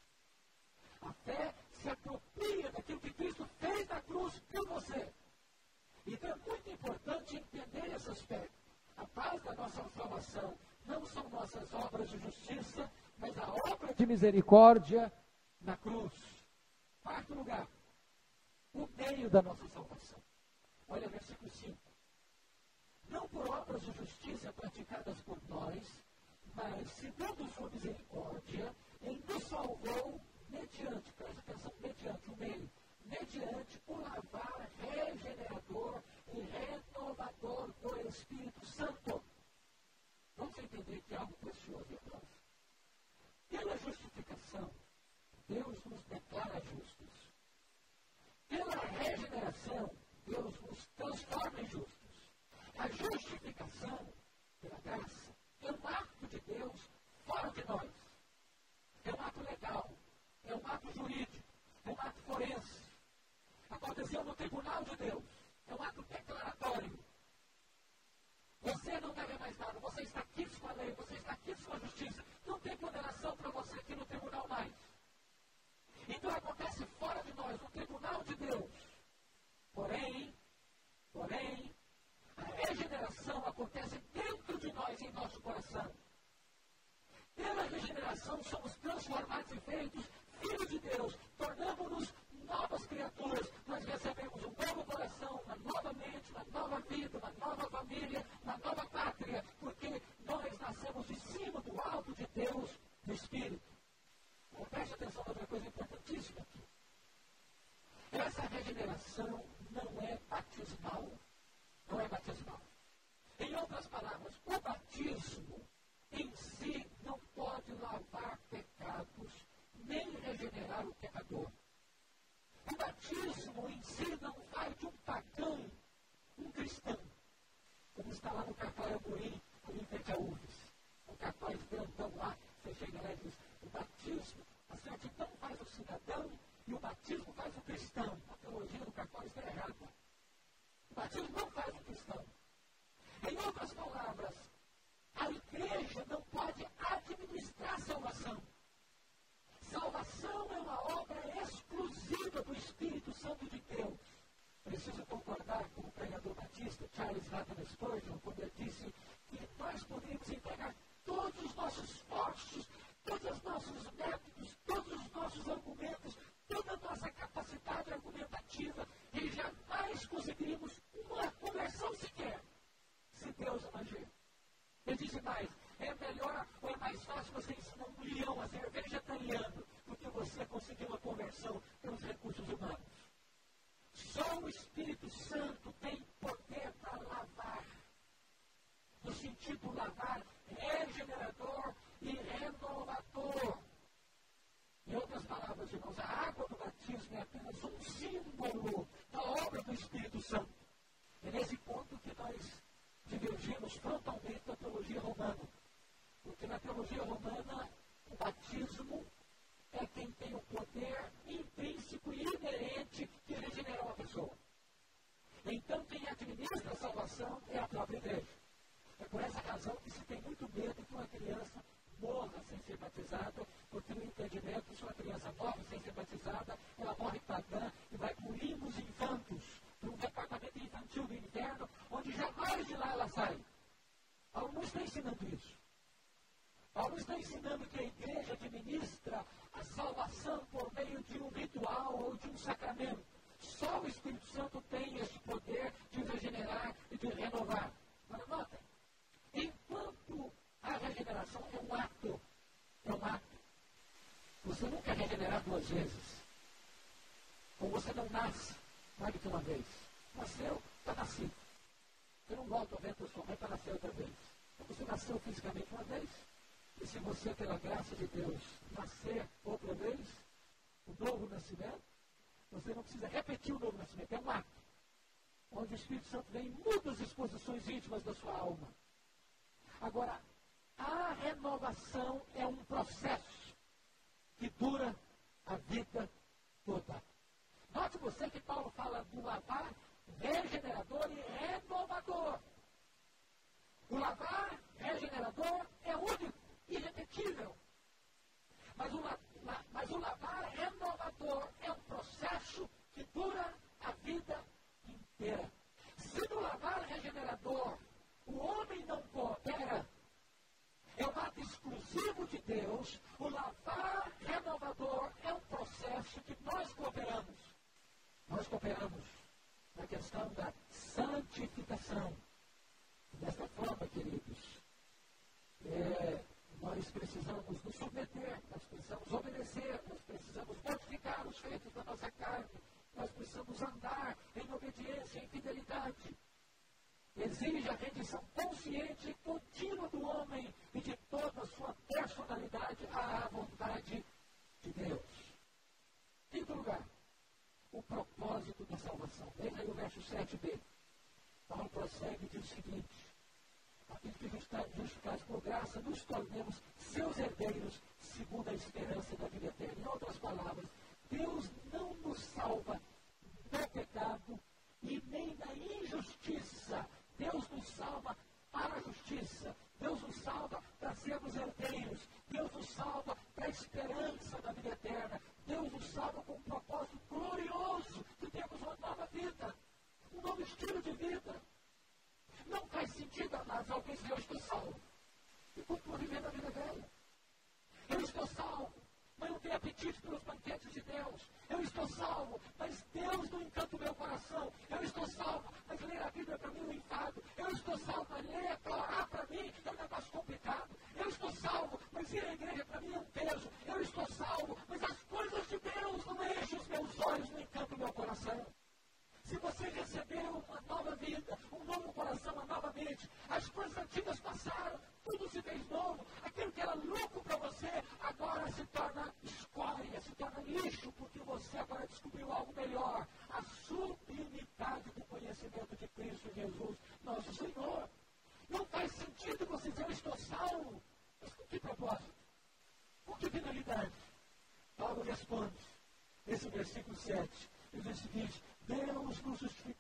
A fé se apropria daquilo que Cristo fez na cruz por você. Então é muito importante entender esse aspecto. A base da nossa salvação não são nossas obras de justiça, mas a obra de misericórdia na cruz. Quarto lugar, o meio da nossa salvação. Olha versículo 5. Não por obras de justiça praticadas por nós, mas segundo sua misericórdia, ele nos salvou mediante, presta atenção, mediante o meio, mediante o lavar regenerador e renovador do Espírito Santo. Vamos entender que é algo precioso, irmãos. Pela justificação, Deus nos declara justos. Pela regeneração, Deus nos transforma em justos. A justificação, pela graça, é um ato de Deus fora de nós. É um ato legal, é um ato jurídico, é um ato forense. Aconteceu no tribunal de Deus. É um ato declaratório. Você não deve mais nada. Você está quites com a lei. Você está quites com a justiça. Não tem condenação para você aqui no tribunal mais. Então acontece fora de nós, no tribunal de Deus. Porém, a regeneração acontece dentro de nós, em nosso coração. Pela regeneração somos transformados e feitos filhos de Deus. Tornamos-nos novas criaturas. Nós recebemos um novo coração, uma nova mente, uma nova vida, uma nova família, uma nova pátria, porque nós nascemos de cima do alto de Deus, do Espírito. Então, preste atenção a outra coisa importantíssima aqui. Essa regeneração não é batismal. Não é batismal. Em outras palavras, o batismo em si não pode lavar pecados, nem regenerar o pecador. O batismo em si não faz de um pagão um cristão. Como está lá no Cartório Amorim, ali em frente a URGS. O cartório grandão lá, você chega lá e diz, o batismo, a certidão nada. O batismo não faz o cristão. Em outras palavras, a igreja não pode administrar salvação. Salvação é uma obra exclusiva do Espírito Santo de Deus. Preciso concordar com o pregador batista, Charles Haddon Spurgeon, quando ele disse que nós poderíamos entregar todos os nossos esforços, todos os nossos métodos, todos os nossos argumentos, toda a nossa capacidade argumentativa, e jamais conseguiríamos uma conversão sequer, se Deus não agir. Ele disse mais, é melhor ou é mais fácil você ensinar um leão a ser vegetariano do que você conseguir uma conversão pelos recursos humanos. Só o Espírito Santo tem poder para lavar. No sentido lavar, regenerador e renovador. Em outras palavras, irmãos, a água do batismo é apenas um símbolo da obra do Espírito Santo. É nesse ponto que nós divergimos frontalmente da teologia romana. Porque na teologia romana, o batismo é quem tem o poder intrínseco e inerente de regenerar uma pessoa. Então, quem administra a salvação é a própria igreja. É por essa razão que se tem muito medo que uma criança morra sem ser batizada, porque no entendimento, se uma criança morre sem ser batizada, ela morre pagã e vai para o limos infantos, para um departamento infantil do inferno, onde jamais de lá ela sai. Paulo não está ensinando isso. Paulo está ensinando que a igreja administra a salvação por meio de um ritual ou de um sacramento. Só o Espírito Santo tem esse poder de regenerar e de renovar. Agora, notem, enquanto a regeneração é um ato, você nunca é regenerado duas vezes. Ou você não nasce mais do que uma vez. Nasceu, está nascido. Você não volta a ver a sua mãe para nascer outra vez. Então, você nasceu fisicamente uma vez. E se você, pela graça de Deus, nascer outra vez, o novo nascimento, você não precisa repetir o novo nascimento. É um ato. Onde o Espírito Santo vem e muda as disposições íntimas da sua alma. Agora, a renovação é um processo que dura a vida toda. Note você que Paulo fala do lavar regenerador e renovador. O lavar regenerador é único, irrepetível. Mas o lavar renovador é um processo que dura a vida inteira. Se no lavar regenerador o homem não coopera, é um ato exclusivo de Deus. O lavar renovador é um processo que nós cooperamos. Nós cooperamos na questão da santificação. Desta forma, queridos, nós precisamos nos submeter, nós precisamos obedecer, nós precisamos mortificar os feitos da nossa carne, nós precisamos andar em obediência, em fidelidade. Exige a rendição consciente e contínua do homem e de toda a sua personalidade à vontade de Deus. Quinto lugar, o propósito da salvação. Veja aí o verso 7b. Paulo prossegue e diz o seguinte: a fim de que justificados por graça, nos tornemos seus herdeiros, segundo a esperança da vida eterna. Em outras palavras, Deus não nos salva do pecado e nem da injustiça. Deus nos salva para a justiça. Deus nos salva para sermos herdeiros. Deus nos salva para a esperança da vida eterna. Deus nos salva com um propósito glorioso de termos uma nova vida, um novo estilo de vida. Não faz sentido, amados, alguém dizer: eu estou salvo e continuo vivendo a vida velha. Eu estou salvo, mas não tenho apetite pelos banquetes de Deus. Eu estou salvo, mas Deus não encanta o meu coração. Eu estou salvo, mas ler a Bíblia para mim é um enfado. Eu estou salvo, mas ler, orar para mim é um negócio complicado. Eu estou salvo, mas ir à igreja para mim é um peso. Eu estou salvo, mas as coisas de Deus não enchem os meus olhos, não encantam o meu coração. Se você recebeu uma nova vida, um novo coração, uma nova mente, as coisas antigas passaram, tudo se fez novo, aquilo que era louco para você, agora se torna escória, se torna lixo, porque você agora descobriu algo melhor, a sublimidade do conhecimento de Cristo Jesus, nosso Senhor. Não faz sentido você dizer: eu estou salvo. Mas com que propósito? Com que finalidade? Paulo responde, nesse versículo 7, ele diz o seguinte: Deus nos justificou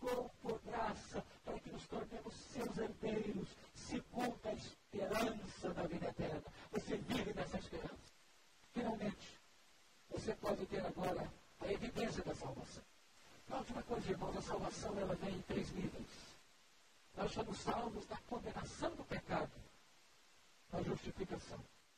Meus irmãos, a salvação ela vem em 3 níveis. Nós somos salvos da condenação do pecado, da justificação.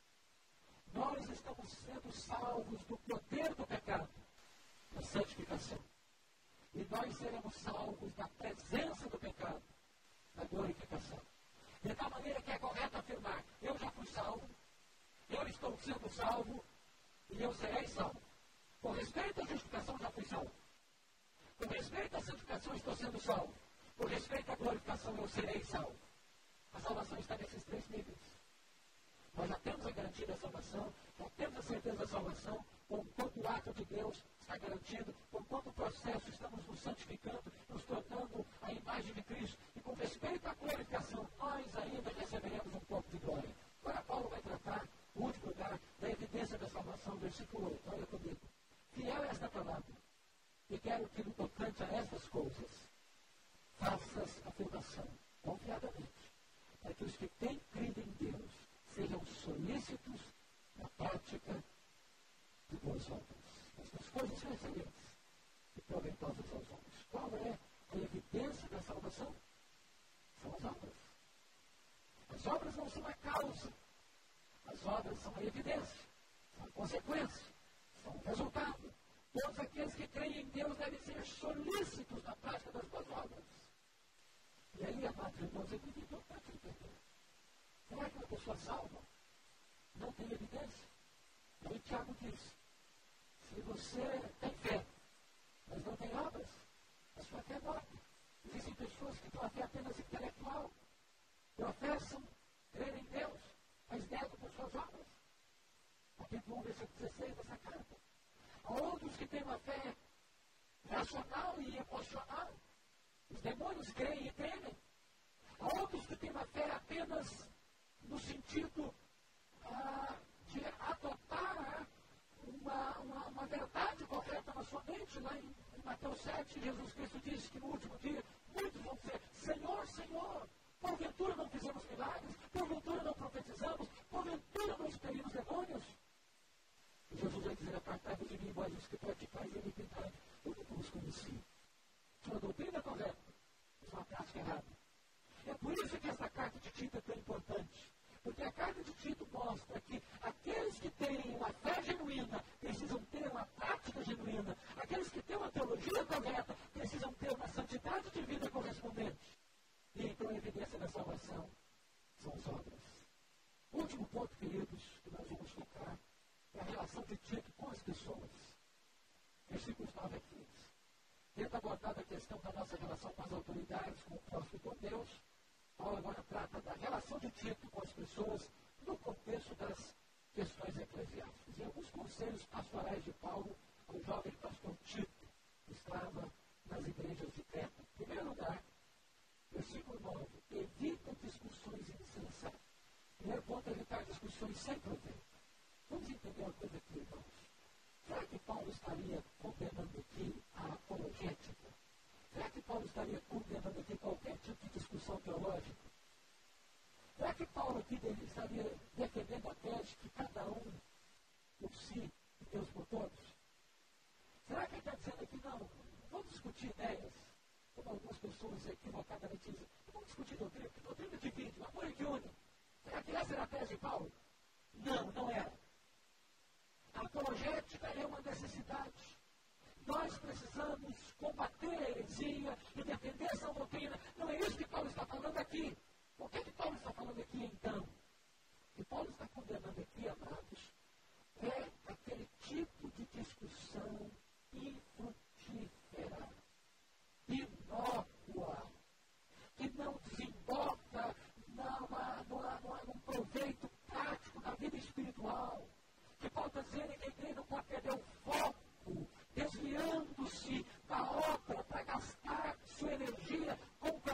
Nós estamos sendo salvos do poder do pecado, da santificação. E nós seremos salvos da presença do pecado, da glorificação. De tal maneira que é correto afirmar, eu já fui salvo, eu estou sendo salvo e eu serei salvo. Com respeito à justificação, já fui salvo. Com respeito à santificação, estou sendo salvo. Com respeito à glorificação, eu serei salvo. A salvação está nesses 3 níveis. Nós já temos a garantia da salvação, já temos a certeza da salvação, conquanto o ato de Deus está garantido, conquanto o processo estamos nos santificando, nos tornando a imagem de Cristo. E com respeito à glorificação, nós ainda receberemos um pouco de glória. Agora Paulo vai tratar, no último lugar, da evidência da salvação, versículo 8. Olha comigo. Fiel é esta palavra, e quero que no tocante a estas coisas, faças afirmação, confiadamente, para que os que têm crido em Deus sejam solícitos na prática de boas obras. Estas coisas são excelentes e proveitosas aos homens. Qual é a evidência da salvação? São as obras. As obras não são a causa. As obras são a evidência, são a consequência, são o resultado. Todos aqueles que creem em Deus devem ser solícitos na prática das boas obras. E aí, amados irmãos, é muito importante entender. Será que uma pessoa salva não tem evidência? Aí Tiago diz, se você tem fé, mas não tem obras, a sua fé é morta. Existem pessoas que têm a fé apenas intelectual, professam crer em Deus, mas negam por suas obras. Capítulo 1, versículo 16 dessa carta. Há outros que têm uma fé racional e emocional. Os demônios creem e temem. Há outros que têm uma fé apenas no sentido de adotar uma verdade correta na sua mente. Lá em Mateus 7, Jesus Cristo disse que no último dia, muitos vão dizer, Senhor, Senhor, porventura não fizemos milagres, porventura não profetizamos, porventura não expelimos demônios. E Jesus vai dizer, apartai-vos de mim, vós os que praticais a iniquidade, eu não vos conheci. Sua doutrina é correta, mas uma prática errada. É por isso que essa carta de Tito é tão importante. Porque a carta de Tito mostra que aqueles que têm uma fé genuína precisam ter uma prática genuína. Aqueles que têm uma teologia correta precisam ter uma santidade de vida correspondente. E então a evidência da salvação são as obras. O último ponto, queridos, que nós vamos tocar é a relação de Tito com as pessoas. Versículos 9 a 15. Tendo abordado a questão da nossa relação com as autoridades, com o próximo e com Deus, Paulo agora trata da relação de Tito com as pessoas no contexto das questões eclesiásticas. E alguns conselhos pastorais de Paulo ao jovem pastor Tito, que estava nas igrejas de Creta. Em primeiro lugar, versículo 9, evita discussões insensatas. Primeiro ponto é evitar discussões sem proveito. Vamos entender uma coisa aqui, irmãos. Será que Paulo estaria condenando aqui a apologética? Será que Paulo estaria condenando aqui qualquer tipo de discussão teológica? Será que Paulo aqui estaria defendendo a tese que cada um por si e Deus por todos? Será que ele está dizendo aqui, não, vamos discutir ideias, como algumas pessoas equivocadamente dizem, vamos discutir doutrina, porque doutrina divide, o amor é que une. Será que essa era a tese de Paulo? Não, não era. A apologética é uma necessidade. Nós precisamos combater a heresia e defender essa doutrina. Não é isso que Paulo está falando aqui. O que Paulo está falando aqui, então? O que Paulo está condenando aqui, amados, é aquele tipo de discussão infrutífera, inócua, que não desemboca num proveito prático na vida espiritual. Que Paulo está dizendo que a igreja não pode perder o foco, desviando-se da obra para gastar sua energia com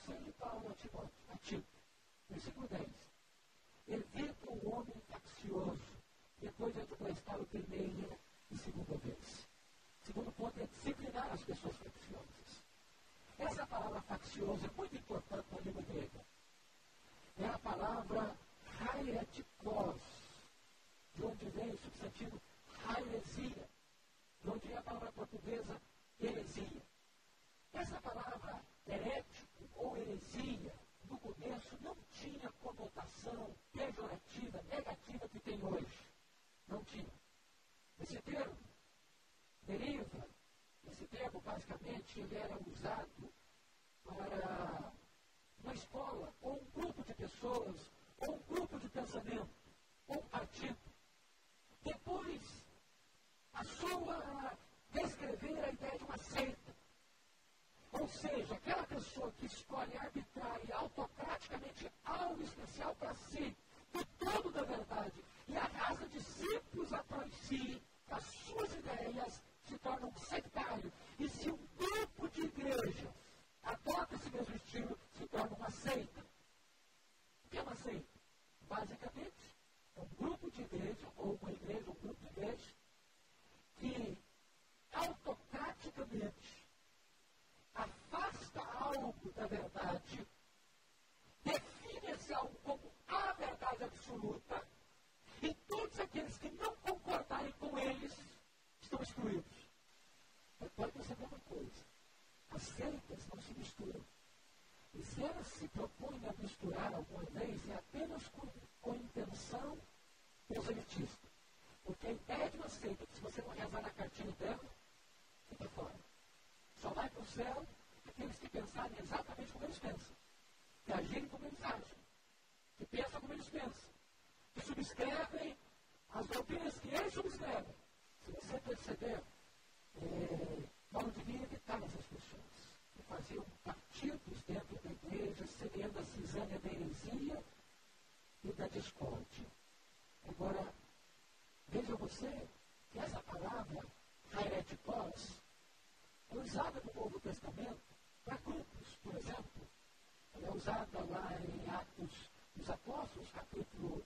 assim Paulo a Tito. Versículo 10. Evita o homem faccioso, depois de admoestar o primeira e segunda vez. Segundo ponto é disciplinar as pessoas facciosas. Essa palavra faccioso é muito importante na língua grega. É a palavra haeretikos, de onde vem o substantivo heresia, de onde é a palavra portuguesa heresia. Essa palavra herético ou heresia, no começo, não tinha conotação pejorativa, negativa que tem hoje. Não tinha. Esse termo deriva, esse termo, basicamente, ele era usado para uma escola, ou um grupo de pessoas, ou um grupo de pensamento, ou um partido. Depois, passou a descrever a ideia de uma seita. Ou seja, aquela pessoa que escolhe arbitrar e autocraticamente algo especial para si, do todo da verdade, e arrasta discípulos após si, as suas ideias se tornam um sectário. E se um grupo de igrejas adota esse mesmo estilo, se torna uma seita. O que é uma seita? Basicamente, é um grupo de igreja, ou uma igreja, um grupo de igreja, que autocraticamente afasta algo da verdade, define esse algo como a verdade absoluta, e todos aqueles que não concordarem com eles estão excluídos. Mas pode perceber uma coisa: as seitas não se misturam. E se elas se propõem a misturar alguma vez, é apenas com intenção proselitista. Porque a ideia de uma seita é que se você não rezar na cartilha dela, fica fora. Só vai para o céu aqueles que pensarem exatamente como eles pensam, que agirem como eles agem, que pensam como eles pensam, que subscrevem as doutrinas que eles subscrevem. Se você perceber, Paulo devia evitar essas pessoas, que faziam partidos dentro da igreja, semeando a cisânia da heresia e da discórdia. Agora, veja você que essa palavra, heretikos, é usada no Novo Testamento para grupos. Por exemplo, ela é usada lá em Atos dos Apóstolos, capítulo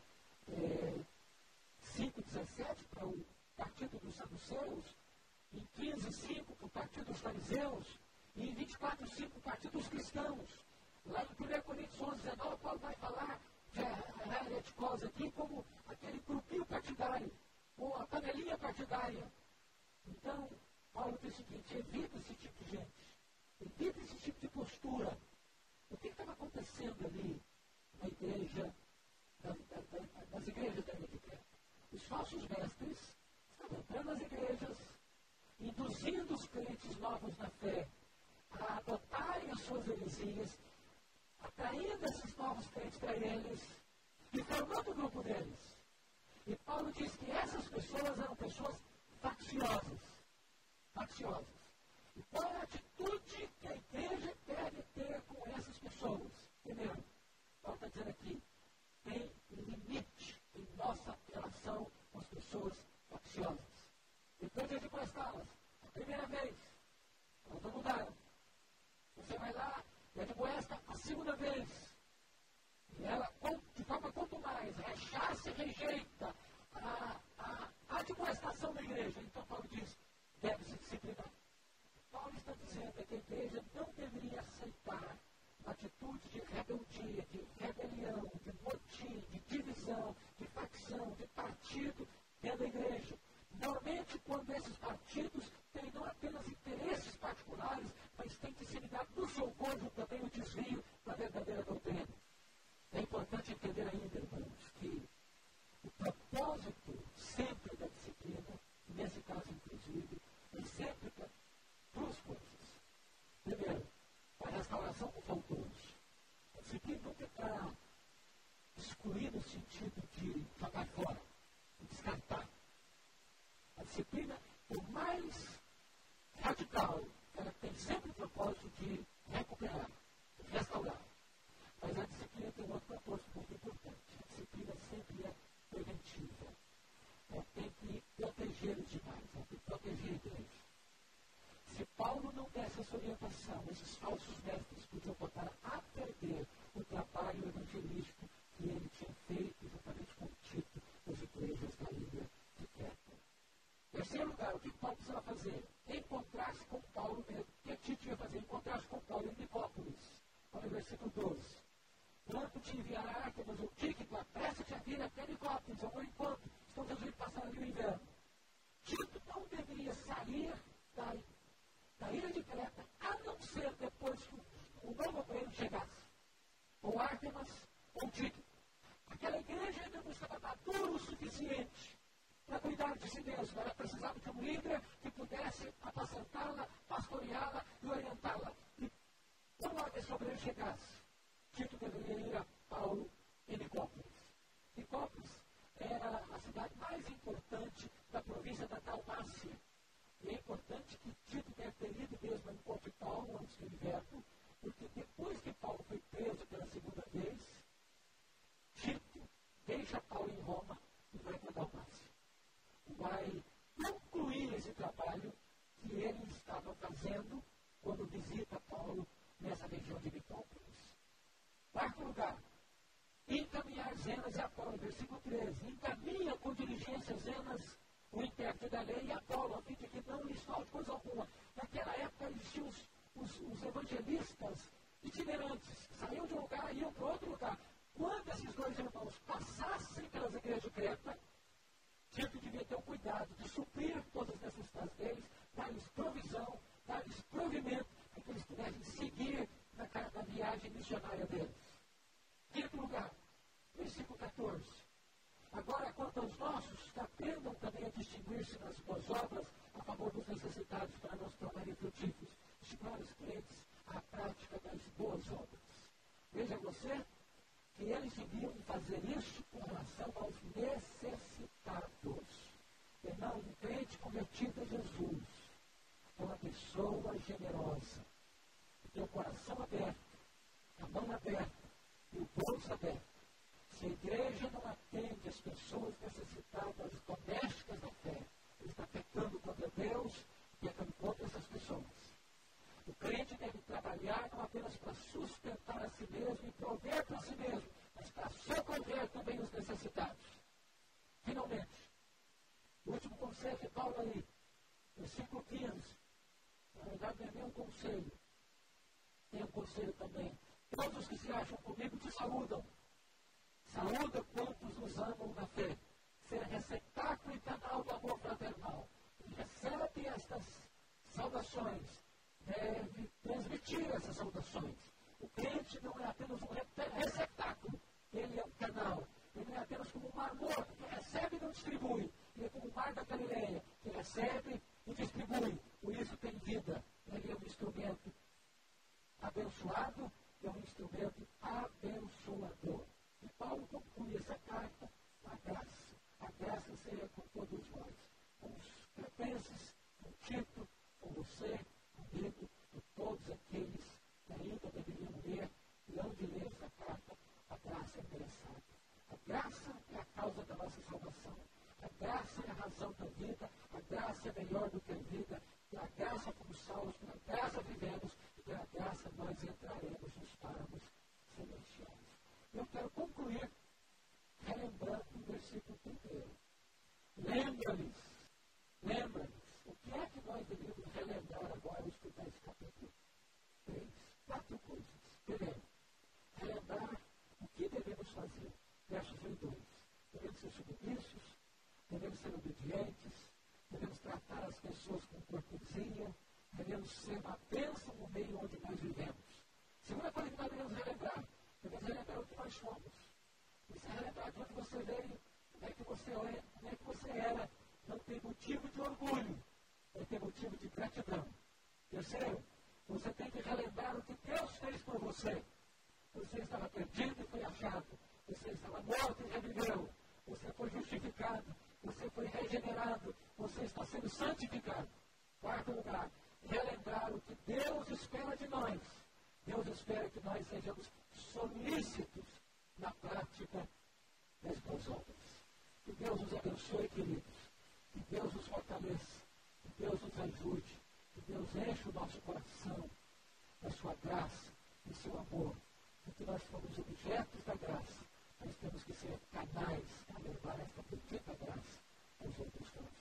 5:17, para o partido dos saduceus, em 15:5, para o partido dos fariseus, e em 24:5, para o partido dos cristãos. Lá em 1 Coríntios 11:19, Paulo vai falar de heretikos aqui como aquele grupinho partidário, ou a panelinha partidária. Então, Paulo diz o seguinte: evita esse tipo de gente, evita esse tipo de postura. O que estava acontecendo ali na igreja, nas igrejas da Ilha de Creta? Os falsos mestres estavam entrando nas igrejas, induzindo os crentes novos na fé a adotarem as suas heresias, atraindo esses novos crentes para eles e formando o grupo deles. E Paulo diz que essas pessoas eram pessoas facciosas. E qual é a atitude que a igreja deve ter com essas pessoas? Primeiro, Paulo está dizendo aqui, tem limite em nossa relação com as pessoas facciosas. Depois de admoestá-las, a primeira vez, elas não mudaram. Você vai lá e admoesta a segunda vez. E ela, de forma quanto mais, rechaça e rejeita a admoestação da igreja. Então Paulo diz, deve se disciplinar. Paulo está dizendo que a igreja não deveria aceitar atitude de rebeldia, de rebelião, de motim, de divisão, de facção, de partido dentro da igreja. Normalmente, quando esses partidos têm não apenas interesses particulares, mas têm disseminado no seu corpo também o desvio da verdadeira doutrina. É importante entender ainda, irmãos, que o propósito sempre da disciplina, nesse caso inclusive, é sempre para duas coisas. Primeiro, para a restauração do faltoso. A disciplina nunca está excluir no sentido de jogar fora, de descartar. A disciplina, por mais radical, ela tem sempre o propósito de recuperar, de restaurar. Mas a disciplina tem um outro propósito muito importante. A disciplina sempre é preventiva. Tem que proteger os demais, tem que proteger a igreja. Se Paulo não desse essa orientação, esses falsos mestres podiam botar a te enviar a Artemas ou Tíquico, apressa-te a vir até Nicópolis, ao meu encontro. Estão resolvidos passar ali o inverno. Tito não deveria sair da ilha de Creta, a não ser depois que o novo reino chegasse. Ou Artemas, ou Tíquico. Aquela igreja ainda não estava madura o suficiente para cuidar de si mesma. Ela precisava de um líder que pudesse apacentá-la, pastoreá-la e orientá-la. E quando esse obreiro chegasse, Tito deveria ir a Paulo em Nicópolis. Nicópolis era a cidade mais importante da província da Dalmácia. E é importante que Tito tenha ter ido mesmo ao encontro de Paulo antes do inverno, porque depois que Paulo foi preso pela segunda vez, Tito deixa Paulo em Roma e vai para a Dalmácia. Vai concluir esse trabalho que ele estava fazendo quando visita Paulo nessa região de Nicópolis. Quarto lugar, encaminhar Zenas e Apolo, versículo 13. Encaminha com diligência Zenas, o intérprete da lei, e Apolo, a fim de que não lhes falte coisa alguma. Naquela época existiam os evangelistas itinerantes, saíam de um lugar e iam para outro lugar. Quando esses dois irmãos passassem pelas igrejas de Creta, Tito devia ter o cuidado de suprir todas as necessidades deles, dar-lhes provisão, dar-lhes provimento, para que eles pudessem seguir na viagem missionária deles. Quinto lugar, versículo 14. Agora, quanto aos nossos, aprendam também a distinguir-se nas boas obras a favor dos necessitados, para não se tornarem frutíferos. Estimular os crentes à prática das boas obras. Veja você que eles deviam fazer isso com relação aos necessitados. E não um crente convertido a Jesus. É uma pessoa generosa. Que tem o coração aberto, a mão aberta e o bolso aberto. Se a igreja não atende as pessoas necessitadas domésticas da fé, ele está pecando contra Deus e pecando contra essas pessoas. O crente deve trabalhar não apenas para sustentar a si mesmo e prover para si mesmo, mas para socorrer também os necessitados. Finalmente, o último conselho de Paulo aí, versículo 15. Na verdade, não é nem um conselho. Tem um conselho também. Todos os que se acham comigo te saúdam. Saúda quantos nos amam na fé. Ser receptáculo e canal do amor fraternal. Ele recebe estas saudações. Deve transmitir essas saudações. O crente não é apenas um receptáculo. Ele é um canal. Ele não é apenas como um mar morto, que recebe e não distribui. Ele é como o mar da Galileia, que recebe e distribui. Por isso tem vida. Ele é um instrumento abençoado, é um instrumento abençoador. E Paulo conclui essa carta com a graça. A graça seja com todos nós. Com os cretenses, com Tito, com você, comigo, com todos aqueles que ainda deveriam ler e hão de ler essa carta. A graça é endereçada. A graça é a causa da nossa salvação. A graça é a razão da vida. A graça é melhor do que a vida. Pela graça fomos salvos, pela graça vivemos, e pela graça nós entraremos nos páramos celestiais. Eu quero concluir relembrando o versículo 1. Lembra-lhes. O que é que nós devemos relembrar agora ao estudar esse capítulo? 3. 4 coisas. Primeiro, relembrar o que devemos fazer. Versos 1 e 2. Devemos ser submissos, devemos ser obedientes, devemos tratar as pessoas com cortesia, devemos ser uma bênção no meio onde nós vivemos. Segunda coisa que nós devemos relembrar o que nós somos. Isso é relembrar de onde você veio, como é que você é, como é que você era. Não tem motivo de orgulho, vai ter motivo de gratidão. Terceiro, você tem que relembrar o que Deus fez por você. Você estava perdido e foi achado. Você estava morto e reviveu. Você foi justificado. Você foi regenerado. Você está sendo santificado. Quarto lugar, relembrar o que Deus espera de nós. Deus espera que nós sejamos solícitos na prática das boas obras. Que Deus nos abençoe, queridos. Que Deus nos fortaleça. Que Deus nos ajude. Que Deus enche o nosso coração da sua graça e seu amor. Porque nós fomos objetos da graça. Nós temos que ser canais para levar esta bendita graça aos outros corações.